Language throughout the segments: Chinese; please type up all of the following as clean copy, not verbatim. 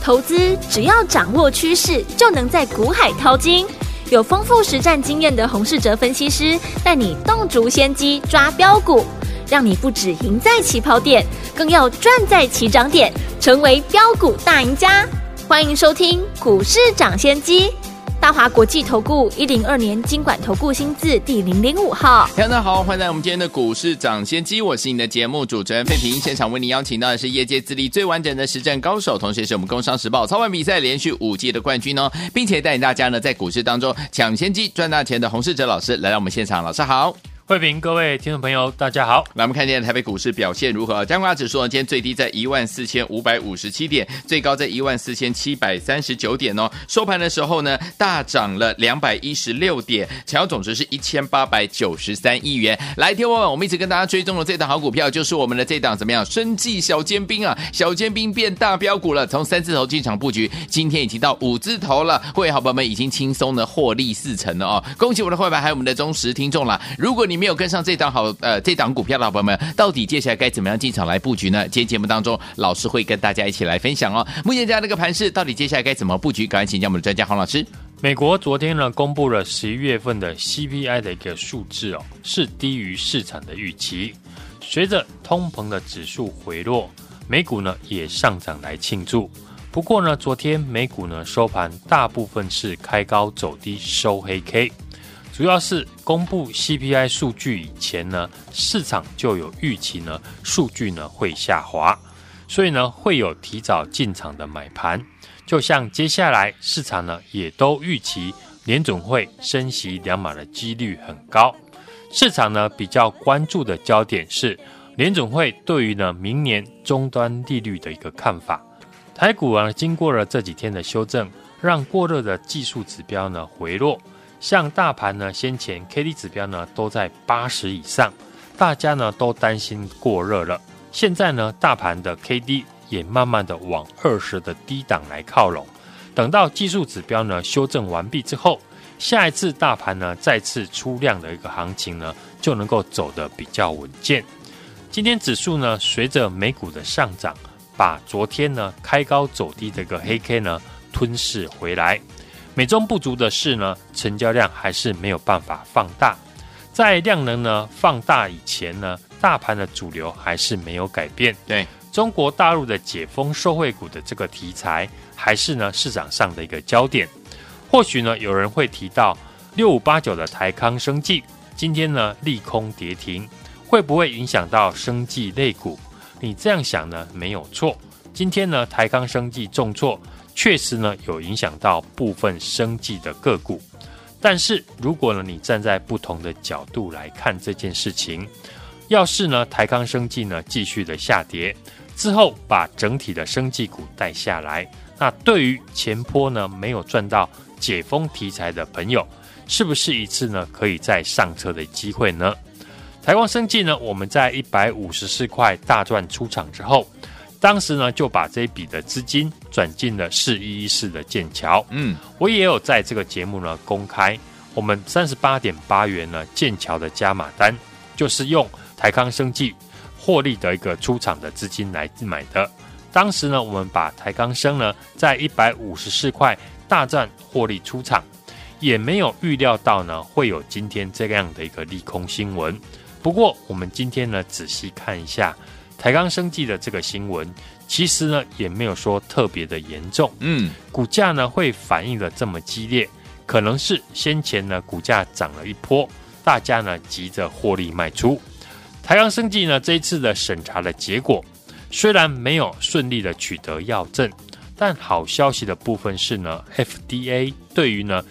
投资只要掌握趋势，就能在股海淘金。有丰富实战经验的洪士哲分析师带你洞烛先机抓标股，让你不只赢在起跑点，更要赚在起涨点，成为标股大赢家。欢迎收听股市涨先机，大华国际投顾102年金管投顾新字第005号。 大家好，欢迎来我们今天的股市涨先机，我是你的节目主持人费平。现场为你邀请到的是业界资历最完整的实战高手，同时也是我们工商时报操盘比赛连续5届的冠军哦，并且带领大家呢在股市当中抢先机赚大钱的洪士哲老师来到我们现场。老师好。 慧平，各位听众朋友大家好。 来，我们看今天台北股市表现如何？加权指数呢，今天最低在14557点，最高在14739点哦。收盘的时候呢，大涨了216点，成交总值是1893亿元。来，听众们，我们一直跟大家追踪的这档好股票，就是我们的这档怎么样？生技小尖兵啊，小尖兵变大标股了。从3字头进场布局，今天已经到5字头了。会员好朋友们已经轻松的获利4成了哦。恭喜我们的会员还有我们的忠实听众啦！如果你没有跟上这档股票的好朋友们，到底接下来该怎么样进场来布局呢？今天节目当中，老师会跟大家一起来分享哦。目前这样的一个盘势，到底接下来该怎么布局？赶快请教我们的专家黄老师。 美国昨天呢公布了11月份的 CPI 的一个数字哦，是低于市场的预期。随着通膨的指数回落，美股呢也上涨来庆祝。不过呢，昨天美股呢收盘大部分是开高走低收黑 K。主要是公布 CPI 数据以前呢，市场就有预期呢，数据呢会下滑，所以呢会有提早进场的买盘。就像接下来市场呢也都预期联准会升息2码的几率很高。市场呢比较关注的焦点是联准会对于呢明年终端利率的一个看法。台股啊经过了这几天的修正，让过热的技术指标呢回落。像大盘呢，先前 KD 指标呢都在80以上，大家呢都担心过热了。现在呢，大盘的 KD 也慢慢的往20的低档来靠拢。等到技术指标呢修正完毕之后，下一次大盘呢再次出量的一个行情呢，就能够走得比较稳健。今天指数呢，随着美股的上涨，把昨天呢开高走低的一个黑 K 呢吞噬回来。美中不足的是呢，成交量还是没有办法放大。在量能呢放大以前呢，大盘的主流还是没有改变。 对， 中国大陆的解封受惠股的这个题材，还是呢市场上的一个焦点。或许呢有人会提到6589的台康生技，今天呢利空跌停，会不会影响到生技类股？你这样想呢没有错。今天呢台康生技重挫，确实呢有影响到部分生技的个股，但是如果呢你站在不同的角度来看这件事情，要是呢台康生技呢继续的下跌之后，把整体的生技股带下来，那对于前波呢没有赚到解封题材的朋友，是不是一次呢可以再上车的机会呢？台光生技呢，我们在154块大赚出场之后，当时呢就把这一笔的资金转进了4114的剑桥。我也有在这个节目呢公开，我们38.8元呢剑桥的加码单，就是用台康生技获利的一个出场的资金来买的。当时呢我们把台康生呢在154块大赚获利出场，也没有预料到呢会有今天这样的一个利空新闻。不过我们今天呢仔细看一下台康生技的这个新闻，其实呢也没有说特别的严重。股价呢会反应的这么激烈，可能是先前呢股价涨了一波，大家呢急着获利卖出。台康生技呢这一次的审查的结果，虽然没有顺利的取得药证，但好消息的部分是呢 FDA 对于呢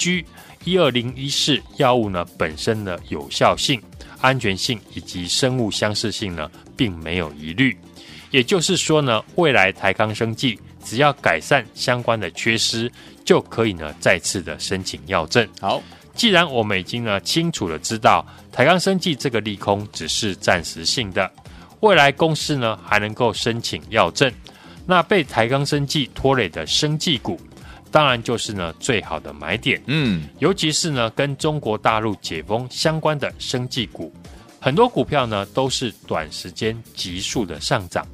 EG12014药物呢本身的有效性、安全性以及生物相似性呢并没有疑虑。也就是说呢，未来台康生技只要改善相关的缺失，就可以呢再次的申请药证。好，既然我们已经呢清楚的知道台康生技这个利空只是暂时性的，未来公司呢还能够申请药证，那被台康生技拖累的生技股，当然就是呢最好的买点。尤其是呢跟中国大陆解封相关的生技股，很多股票呢都是短时间急速的上涨，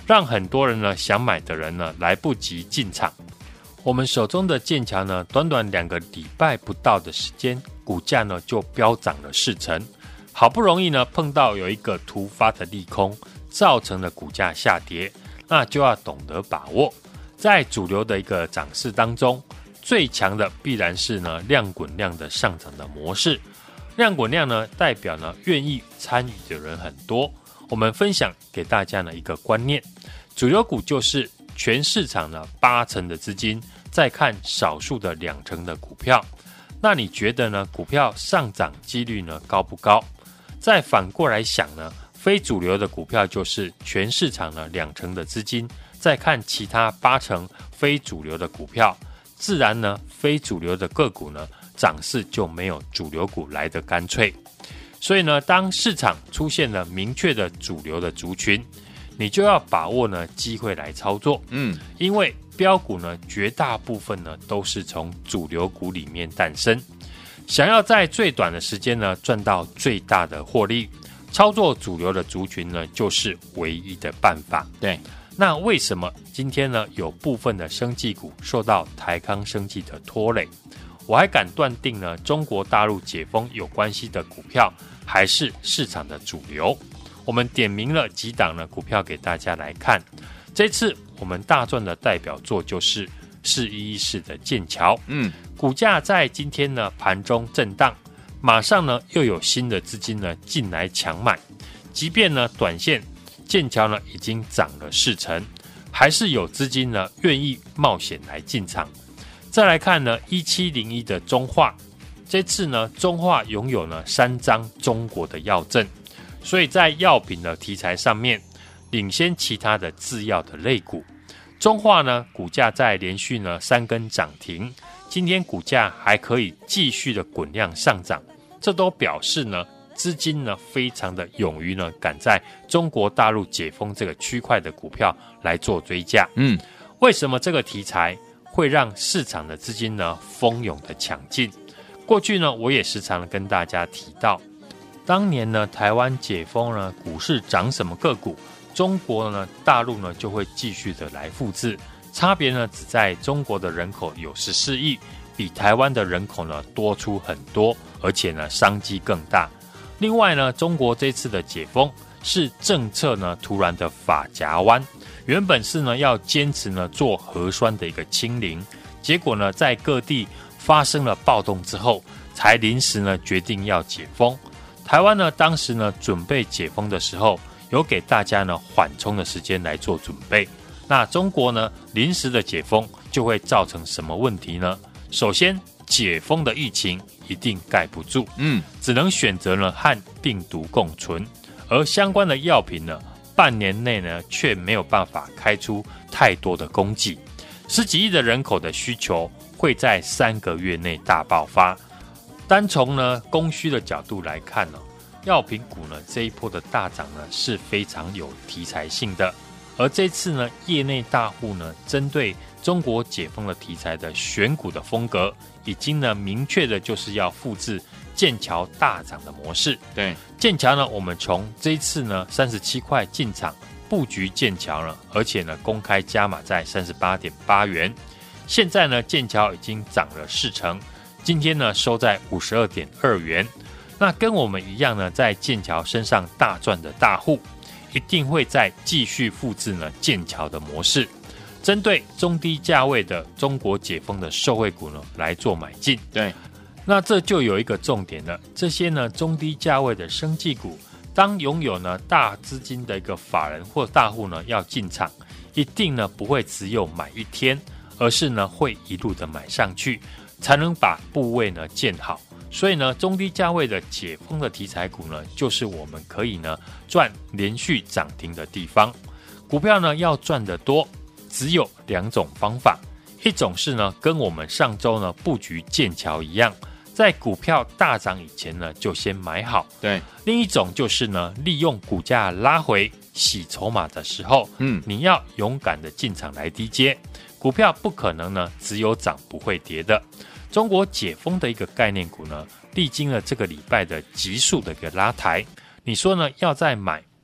让很多人呢想买的人呢来不及进场。我们手中的剑桥呢，短短2个礼拜不到的时间，股价呢就飙涨了40%。好不容易呢碰到有一个突发的利空，造成了股价下跌，那就要懂得把握。在主流的一个涨势当中，最强的必然是呢量滚量的上涨的模式。量滚量呢代表呢愿意参与的人很多。我们分享给大家呢一个观念，主流股就是全市场呢80%的资金在看少数的20%的股票。那你觉得呢股票上涨几率呢高不高？再反过来想呢，非主流的股票就是全市场呢20%的资金再看其他80%非主流的股票，自然呢非主流的个股呢涨势就没有主流股来得干脆。所以呢，当市场出现了明确的主流的族群，你就要把握呢机会来操作。因为标股呢绝大部分呢都是从主流股里面诞生。想要在最短的时间呢赚到最大的获利，操作主流的族群呢就是唯一的办法。 对， 那为什么今天呢有部分的生技股受到台康生技的拖累？我还敢断定呢，中国大陆解封有关系的股票还是市场的主流。我们点名了几档呢股票给大家来看。这次我们大赚的代表作就是4114的剑桥。股价在今天呢盘中震荡，马上呢又有新的资金呢进来抢买。即便呢短线剑桥呢已经涨了40%，还是有资金呢愿意冒险来进场。再来看呢1701的中化，这次呢中化拥有呢3张中国的药证，所以在药品的题材上面领先其他的制药的类股。中化呢股价在连续呢3根涨停，今天股价还可以继续的滚量上涨，这都表示呢资金呢非常的勇于呢赶在中国大陆解封这个区块的股票来做追价。为什么这个题材会让市场的资金呢蜂拥的抢进？过去呢我也时常跟大家提到，当年呢台湾解封呢股市涨什么个股，中国呢大陆呢就会继续的来复制，差别呢只在中国的人口有14亿，比台湾的人口呢多出很多，而且呢商机更大。另外呢中国这次的解封是政策呢突然的法夹弯，原本是呢要坚持呢做核酸的一个清零，结果呢在各地发生了暴动之后，才临时呢决定要解封。台湾呢当时呢准备解封的时候，有给大家呢缓冲的时间来做准备。那中国呢临时的解封就会造成什么问题呢？首先，解封的疫情一定盖不住，只能选择呢和病毒共存，而相关的药品呢半年内呢却没有办法开出太多的供给，10几亿的人口的需求会在3个月内大爆发。单从呢供需的角度来看呢，药品股呢这一波的大涨呢是非常有题材性的。而这次呢业内大户呢针对中国解封的题材的选股的风格，已经呢明确的就是要复制剑桥大涨的模式。 对， 剑桥呢我们从这一次呢37块进场布局剑桥呢，而且呢公开加码在 38.8 元。现在呢剑桥已经涨了40%，今天呢收在 52.2 元。那跟我们一样呢在剑桥身上大赚的大户，一定会再继续复制呢剑桥的模式，针对中低价位的中国解封的受惠股呢来做买进。 对， 那这就有一个重点了，这些呢中低价位的生技股，当拥有呢大资金的一个法人或大户呢要进场，一定呢不会只有买一天，而是呢会一路的买上去，才能把部位呢建好。所以呢中低价位的解封的题材股呢，就是我们可以呢赚连续涨停的地方。股票呢要赚得多，只有2种方法，一种是呢跟我们上周呢布局剑桥一样，在股票大涨以前呢就先买好。 对， 另一种就是呢利用股价拉回洗筹码的时候，你要勇敢的进场来低接。股票不可能呢只有涨不会跌的。中国解封的一个概念股呢，历经了这个礼拜的急速的一个拉抬，你说呢要再买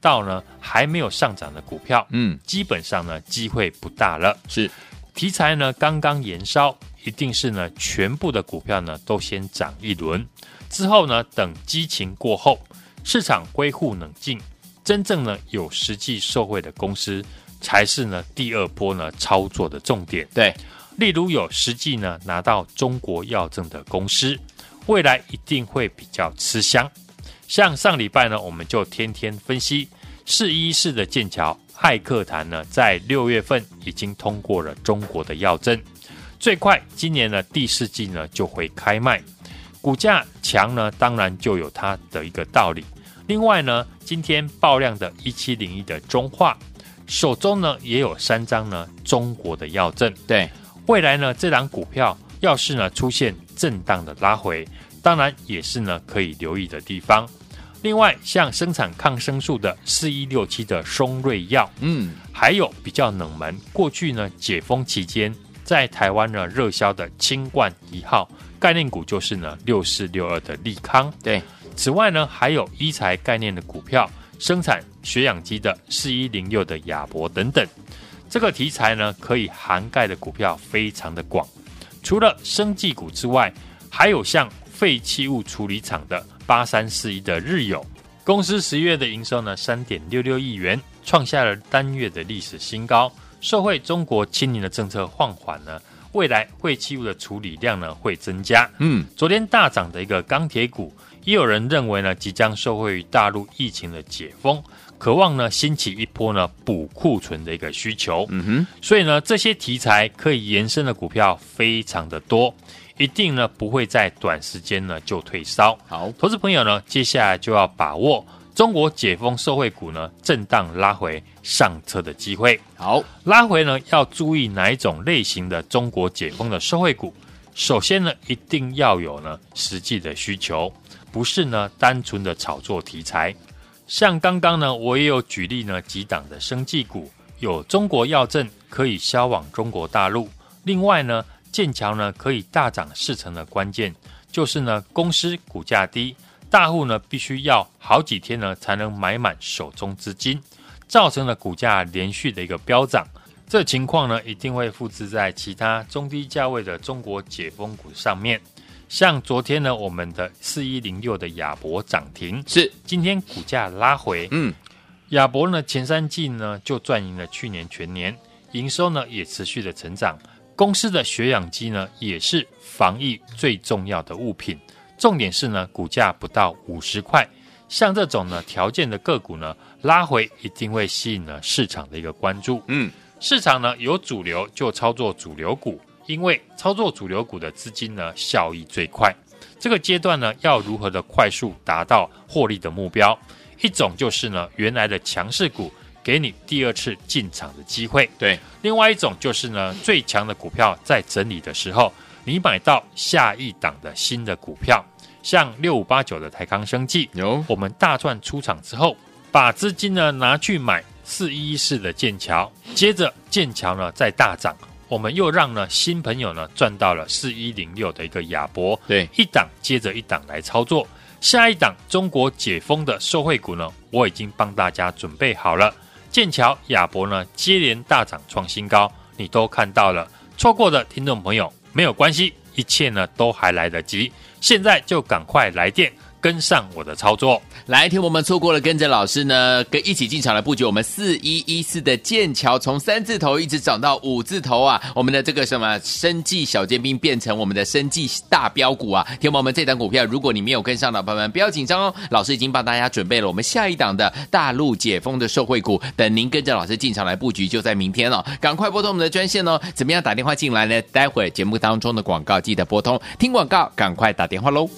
到呢还没有上涨的股票，基本上呢机会不大了。 是题材呢刚刚延烧，一定是呢全部的股票呢都先涨一轮，之后呢等激情过后，市场恢复冷静，真正呢有实际受惠的公司，才是呢第二波呢操作的重点。 对， 例如有实际呢拿到中国药证的公司，未来一定会比较吃香。像上礼拜呢，我们就天天分析4114的剑桥艾克坦呢，在6月份已经通过了中国的药证，最快今年的第4季呢就会开卖。股价强呢，当然就有它的一个道理。另外呢，今天爆量的1701的中化，手中呢也有3张呢中国的药证。 对， 未来呢这档股票要是呢出现震荡的拉回，当然也是呢可以留意的地方。另外，像生产抗生素的4167的松瑞药，还有比较冷门，过去呢解封期间在台湾呢热销的清冠1号概念股，就是呢6462的利康。 对， 此外呢还有医材概念的股票，生产血氧机的4106的亚博等等。这个题材呢可以涵盖的股票非常的广，除了生技股之外，还有像废弃物处理厂的8341的日友，公司10月的营收呢 3.66 亿元，创下了单月的历史新高。受惠中国清零的政策放缓呢，未来废弃物的处理量呢会增加。昨天大涨的一个钢铁股，也有人认为呢即将受惠于大陆疫情的解封，渴望呢兴起一波呢补库存的一个需求。所以呢这些题材可以延伸的股票非常的多，一定呢不会在短时间呢就退烧。 好， 投资朋友呢接下来就要把握中国解封受惠股呢震荡拉回上车的机会。 好， 拉回呢要注意哪一种类型的中国解封的受惠股。首先呢一定要有呢实际的需求，不是呢单纯的炒作题材。像刚刚呢我也有举例呢几档的生技股，有中国药证可以销往中国大陆，另外呢剑桥呢可以大涨4成的关键，就是呢公司股价低，大户呢必须要好几天呢才能买满手中资金，造成了股价连续的一个飙涨。这情况呢一定会复制在其他中低价位的中国解封股上面。像昨天呢我们的4106的亚博涨停， 是今天股价拉回。亚博呢前3季呢就赚赢了去年全年，营收呢也持续的成长。公司的血氧机呢也是防疫最重要的物品，重点是呢股价不到50块，像这种呢条件的个股呢拉回一定会吸引了市场的一个关注。市场呢有主流就操作主流股，因为操作主流股的资金呢效益最快。这个阶段呢要如何的快速达到获利的目标，一种就是呢原来的强势股给你第二次进场的机会。 对， 另外一种就是呢最强的股票在整理的时候，你买到下一档的新的股票，像6589的台康生技，我们大赚出场之后，把资金呢拿去买4114的剑桥，接着剑桥呢再大涨，我们又让呢新朋友呢赚到了4106的一个亚博。 对， 一档接着一档来操作。下一档中国解封的受惠股呢，我已经帮大家准备好了。剑桥、亚博呢接连大涨创新高，你都看到了。错过的听众朋友没有关系，一切呢都还来得及，现在就赶快来电跟上我的操作。 来，听我们错过了，跟着老师呢，跟一起进场来布局我们4114的剑桥，从3字头一直涨到5字头啊！我们的这个什么生技小尖兵变成我们的生技大标股啊！听我们这档股票，如果你没有跟上的朋友们，不要紧张哦，老师已经帮大家准备了我们下一档的大陆解封的受惠股，等您跟着老师进场来布局，就在明天了。赶快拨通我们的专线哦！怎么样打电话进来呢？待会儿节目当中的广告记得拨通，听广告赶快打电话喽！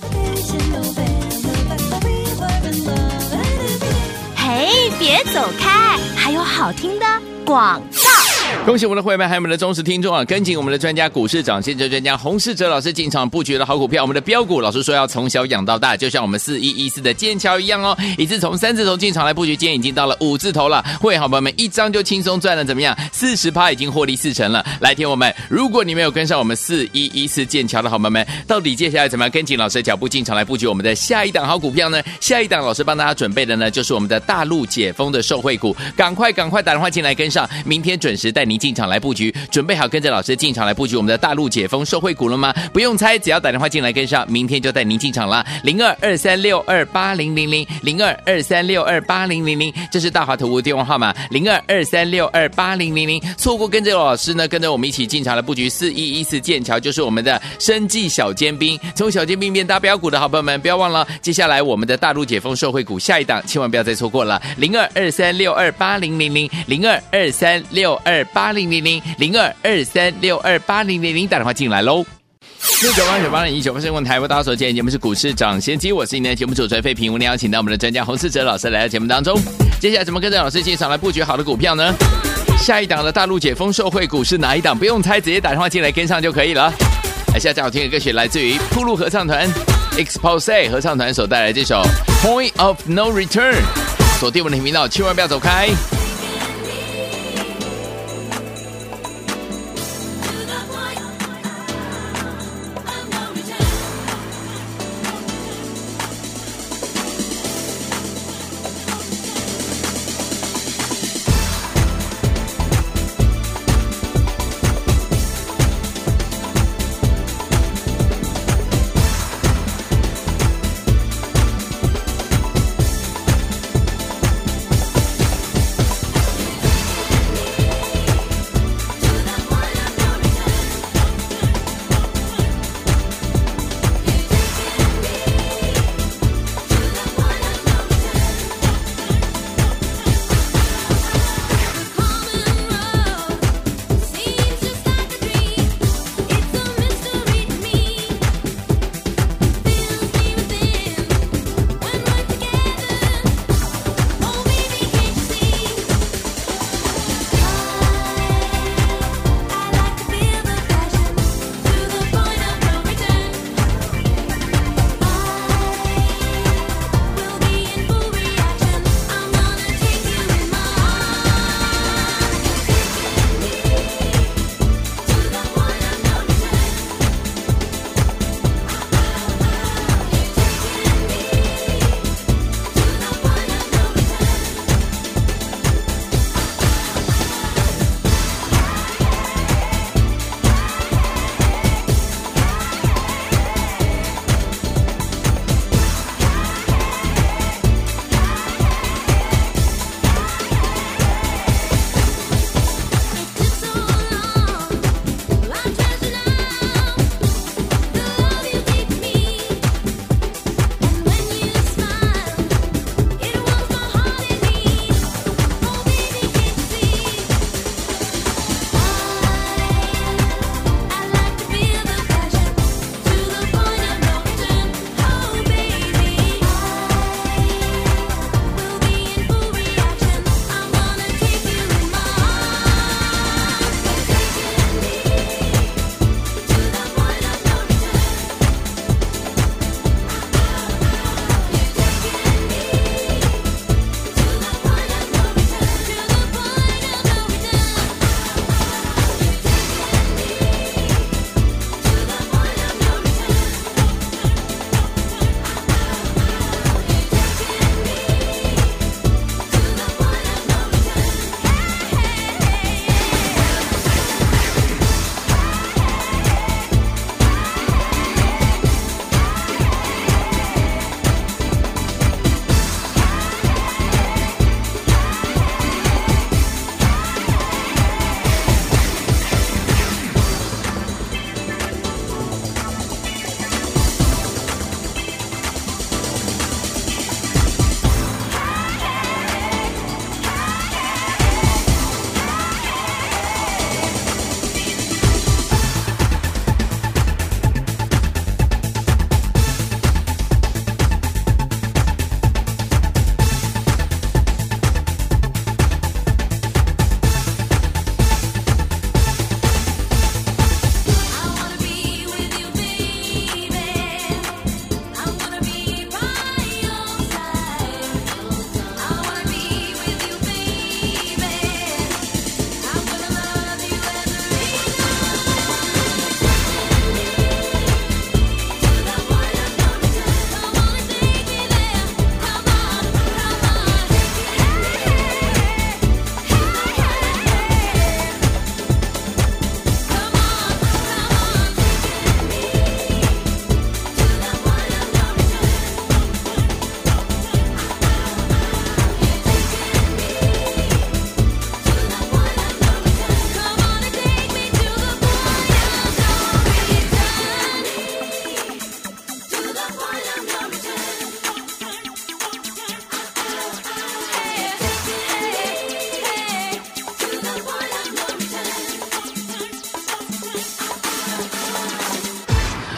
嘿，别走开，还有好听的广告。 恭喜我们的会员还有我们的忠实听众啊！跟紧我们的专家股市长线专家洪士哲老师进场布局的好股票，我们的标股老师说要从小养到大，就像我们4114的剑桥一样哦，一次从3字头进场来布局，今天已经到了5字头了。会员好朋友们一张就轻松赚了，怎么样？40%已经获利40%了。来听我们，如果你没有跟上我们4114剑桥的好朋友们，到底接下来怎么样跟紧老师的脚步进场来布局我们的下一档好股票呢？下一档老师帮大家准备的呢，就是我们的大陆解封的受惠股，赶快打电话进来跟上，明天准时带您进场来布局，准备好跟着老师进场来布局我们的大陆解封受惠股了吗？不用猜，只要打电话进来跟上，明天就带您进场了。0223628000，0223628000，这是大华投顾电话号码，0223628000。错过跟着老师呢，跟着我们一起进场来布局4114剑桥，就是我们的生技小尖兵，从小尖兵变大标股的好朋友们，不要忘了，接下来我们的大陆解封受惠股下一档，千万不要再错过了。0223628000，0223628000，0223628000，打电话进来喽。698980198问台湾大家所见的节目是股市涨先机，我是今天的节目主持人费平，我们邀请到我们的专家洪士哲老师来到节目当中。接下来怎么跟着老师进场来布局好的股票呢？下一档的大陆解封受惠股是哪一档？不用猜，直接打电话进来跟上就可以了。来，下好听的歌曲来自于铺路合唱团 Expose 合唱团所带来这首 Point of No Return， 锁定我们的频道，千万不要走开。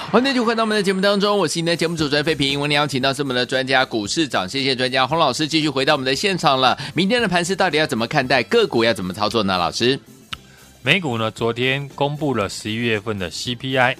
好，那就回到我们的节目当中，我是你的节目主持人费平。我们邀请到是我们的专家股市长，谢谢专家洪老师继续回到我们的现场了。明天的盘势到底要怎么看待？个股要怎么操作呢？老师， 美股呢昨天公布了11月份的 CPI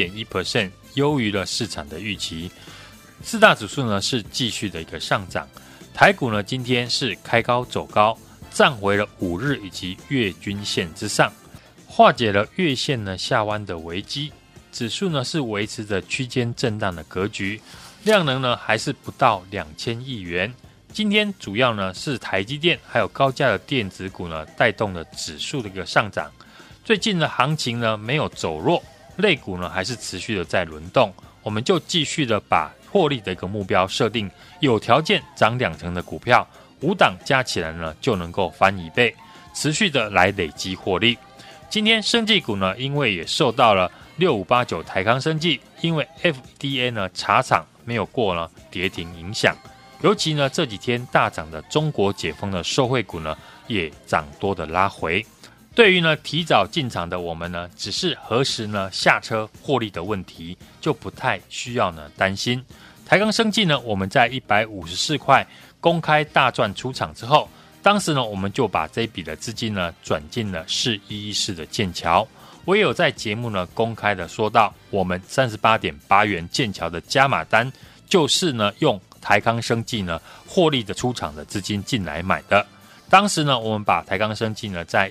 7.1%， 优于了市场的预期。四大指数呢是继续的一个上涨，台股呢今天是开高走高，站回了5日以及月均线之上，化解了月线呢下弯的危机。指数呢是维持着区间震荡的格局，量能呢还是不到2000亿元。今天主要呢是台积电还有高价的电子股呢带动了指数的一个上涨。最近的行情呢没有走弱，类股呢还是持续的在轮动，我们就继续的把获利的一个目标设定有条件涨2成的股票，5档加起来呢就能够翻1倍，持续的来累积获利。今天生技股呢因为也受到了6589台康生技因为 FDA 呢查厂没有过呢跌停影响，尤其呢这几天大涨的中国解封的受惠股呢也涨多的拉回。对于呢提早进场的我们呢，只是何时呢下车获利的问题，就不太需要呢担心。台康生技呢我们在154块公开大赚出场之后，当时呢我们就把这一笔的资金呢转进了4114的剑桥。我也有在节目呢公开的说到，我们38.8元剑桥的加码单就是呢用台康生技呢获利的出场的资金进来买的。当时呢我们把台康生技呢在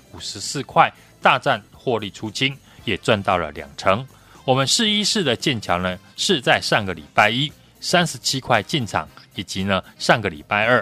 154块大战获利出清，也赚到了2成。我们4114的剑桥呢是在上个礼拜一37块进场，以及呢上个礼拜二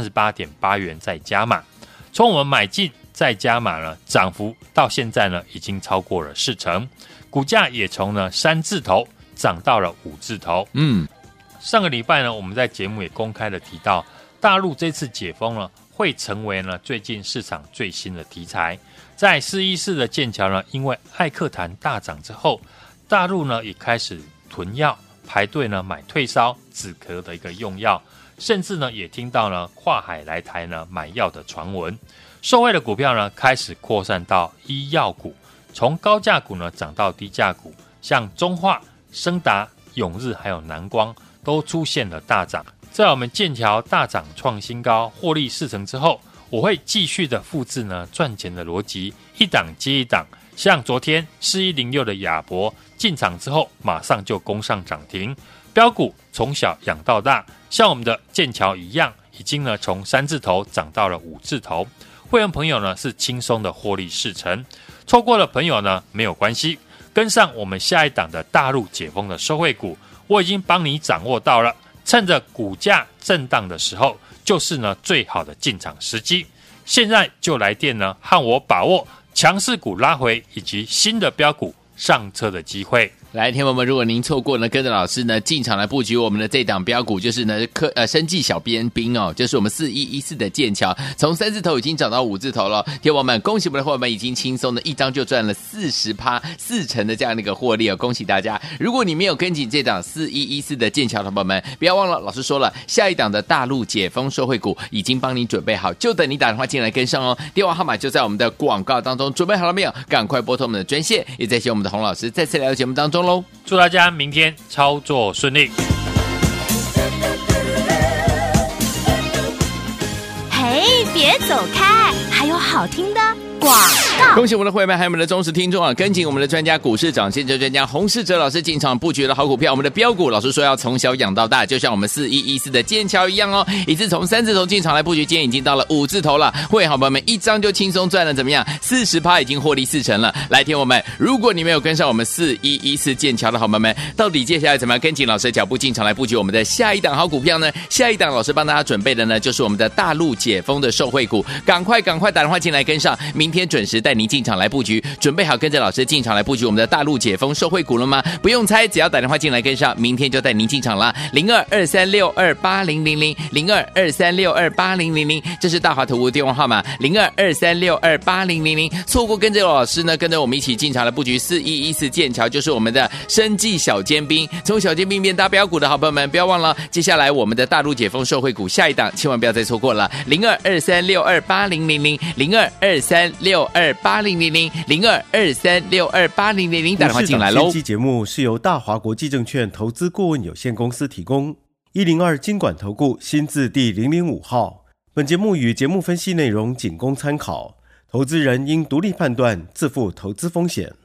38.8元再加码。从我们买进再加码呢，涨幅到现在呢已经超过了4成，股价也从呢3字头涨到了5字头。上个礼拜呢我们在节目也公开的提到，大陆这次解封呢会成为呢最近市场最新的题材。在4114的剑桥呢，因为艾克坦大涨之后，大陆呢也开始囤药，排队呢买退烧止咳的一个用药，甚至呢也听到呢跨海来台呢买药的传闻。受惠的股票呢开始扩散到医药股，从高价股呢涨到低价股，像中化、昇達、永日还有南光都出现了大涨。在我们剑桥大涨创新高，获利4成之后，我会继续的复制呢赚钱的逻辑，一档接一档。像昨天4106的亚博进场之后，马上就攻上涨停。标股从小养到大，像我们的剑桥一样，已经呢从3字头涨到了5字头。会员朋友呢是轻松的获利4成，错过的朋友呢没有关系，跟上我们下一档的大陆解封的受惠股，我已经帮你掌握到了。趁着股价震荡的时候，就是呢最好的进场时机。现在就来电呢，和我把握强势股拉回以及新的标股上车的机会。 来，听友们，如果您错过呢，跟着老师呢进场来布局我们的这档标股，就是呢生技小边兵哦，就是我们4114的剑桥，从3字头已经涨到5字头了。听友们，恭喜我们的伙伴们已经轻松的一张就赚了40%、4成的这样的一个获利哦，恭喜大家！如果你没有跟紧这档4114的剑桥的伙伴们，不要忘了，老师说了，下一档的大陆解封受惠股已经帮你准备好，就等你打电话进来跟上哦。电话号码就在我们的广告当中，准备好了没有？赶快拨通我们的专线，也再谢我们的洪老师再次来到节目当中。 祝大家明天操作顺利。 嘿，别走开，还有好听的广告。 恭喜我们的会员还有我们的忠实听众啊！跟紧我们的专家股市长线专家洪士哲老师进场布局的好股票，我们的标股老师说要从小养到大，就像我们4114的剑桥一样哦，一次从3字头进场来布局，今天已经到了5字头了。会员好朋友们一张就轻松赚了怎么样？40%已经获利4成了。来，听我们，如果你没有跟上我们4114剑桥的好朋友们，到底接下来怎么样跟紧老师的脚步进场来布局我们的下一档好股票呢？下一档老师帮大家准备的呢，就是我们的大陆解封的受惠股，赶快打电话进来跟上，明天准时带您进场来布局，准备好跟着老师进场来布局我们的大陆解封受惠股了吗？不用猜，只要打电话进来跟上，明天就带您进场了。0223628000 0223628000，这是大华投顾电话号码0223628000。错过跟着老师呢，跟着我们一起进场来布局4114剑桥，就是我们的生技小尖兵，从小尖兵变大标股的好朋友们，不要忘了，接下来我们的大陆解封受惠股下一档，千万不要再错过了。0223628000 0223 0223628000，打电话进来喽。 本节目是由大华国际证券投资顾问有限公司提供，102金管投顾新字第005号。本节目与节目分析内容仅供参考，投资人应独立判断，自负投资风险。